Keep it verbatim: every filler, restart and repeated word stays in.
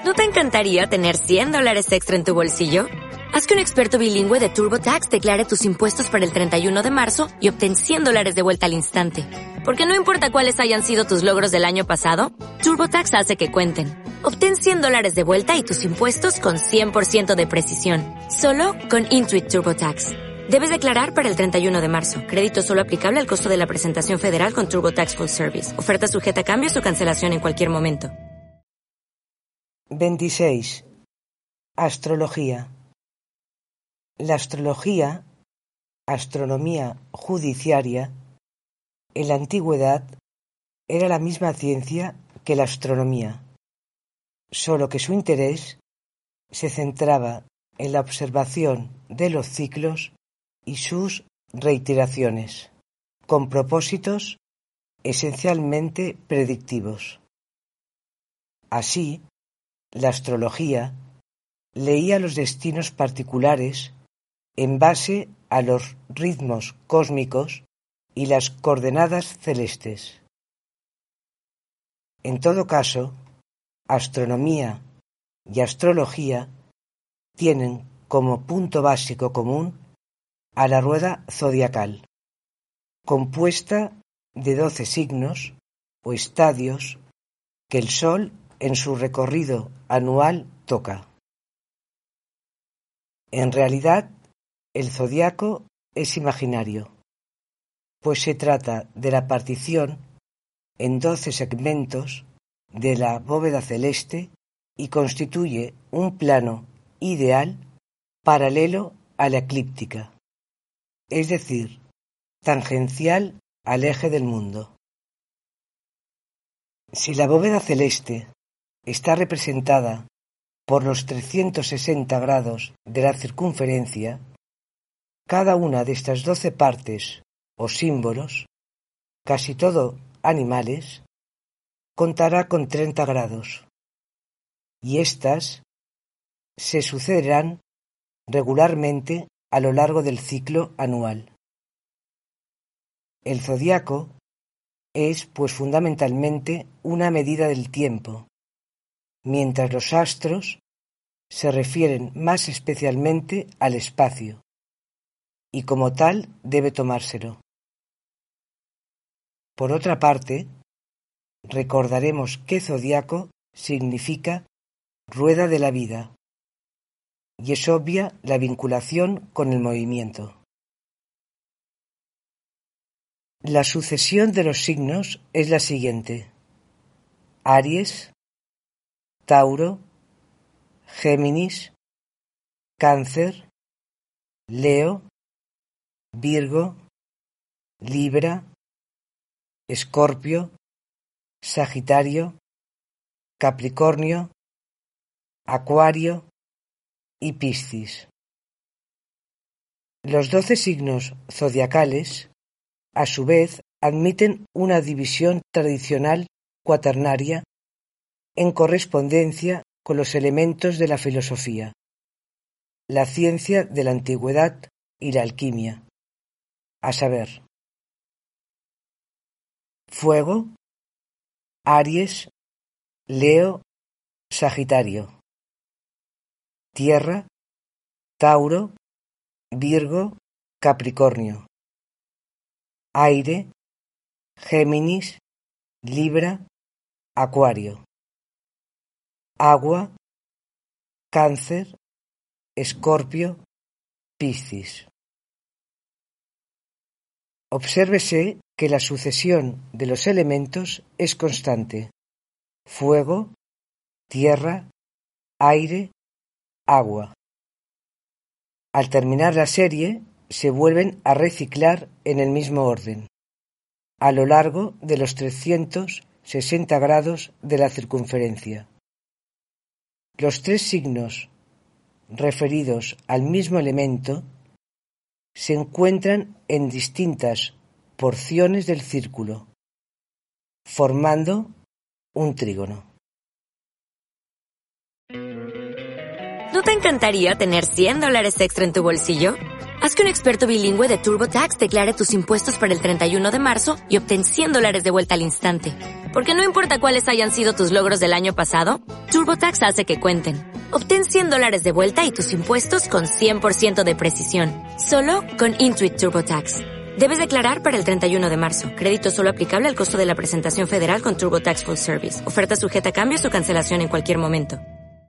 ¿No te encantaría tener cien dólares extra en tu bolsillo? Haz que un experto bilingüe de TurboTax declare tus impuestos para el treinta y uno de marzo y obtén cien dólares de vuelta al instante. Porque no importa cuáles hayan sido tus logros del año pasado, TurboTax hace que cuenten. Obtén cien dólares de vuelta y tus impuestos con cien por ciento de precisión. Solo con Intuit TurboTax. Debes declarar para el treinta y uno de marzo. Crédito solo aplicable al costo de la presentación federal con TurboTax Full Service. Oferta sujeta a cambios o cancelación en cualquier momento. veintiséis. Astrología. La astrología, astronomía judiciaria, en la antigüedad era la misma ciencia que la astronomía, solo que su interés se centraba en la observación de los ciclos y sus reiteraciones, con propósitos esencialmente predictivos. Así, la astrología leía los destinos particulares en base a los ritmos cósmicos y las coordenadas celestes. En todo caso, astronomía y astrología tienen como punto básico común a la rueda zodiacal, compuesta de doce signos o estadios que el Sol en su recorrido anual toca. En realidad, el zodiaco es imaginario, pues se trata de la partición en doce segmentos de la bóveda celeste y constituye un plano ideal paralelo a la eclíptica, es decir, tangencial al eje del mundo. Si la bóveda celeste está representada por los trescientos sesenta grados de la circunferencia, cada una de estas doce partes o símbolos, casi todo animales, contará con treinta grados, y éstas se sucederán regularmente a lo largo del ciclo anual. El zodiaco es, pues, fundamentalmente una medida del tiempo, mientras los astros se refieren más especialmente al espacio, y como tal debe tomárselo. Por otra parte, recordaremos que zodiaco significa rueda de la vida, y es obvia la vinculación con el movimiento. La sucesión de los signos es la siguiente: Aries, Tauro, Géminis, Cáncer, Leo, Virgo, Libra, Escorpio, Sagitario, Capricornio, Acuario y Piscis. Los doce signos zodiacales, a su vez, admiten una división tradicional cuaternaria en correspondencia con los elementos de la filosofía, la ciencia de la antigüedad y la alquimia, a saber, Fuego, Aries, Leo, Sagitario; Tierra, Tauro, Virgo, Capricornio; Aire, Géminis, Libra, Acuario; Agua, Cáncer, Escorpio, Piscis. Obsérvese que la sucesión de los elementos es constante: fuego, tierra, aire, agua. Al terminar la serie, se vuelven a reciclar en el mismo orden, a lo largo de los trescientos sesenta grados de la circunferencia. Los tres signos referidos al mismo elemento se encuentran en distintas porciones del círculo, formando un trígono. ¿No te encantaría tener cien dólares extra en tu bolsillo? Haz que un experto bilingüe de TurboTax declare tus impuestos para el treinta y uno de marzo y obtén cien dólares de vuelta al instante. Porque no importa cuáles hayan sido tus logros del año pasado, TurboTax hace que cuenten. Obtén cien dólares de vuelta y tus impuestos con cien por ciento de precisión. Solo con Intuit TurboTax. Debes declarar para el treinta y uno de marzo. Crédito solo aplicable al costo de la presentación federal con TurboTax Full Service. Oferta sujeta a cambios o cancelación en cualquier momento.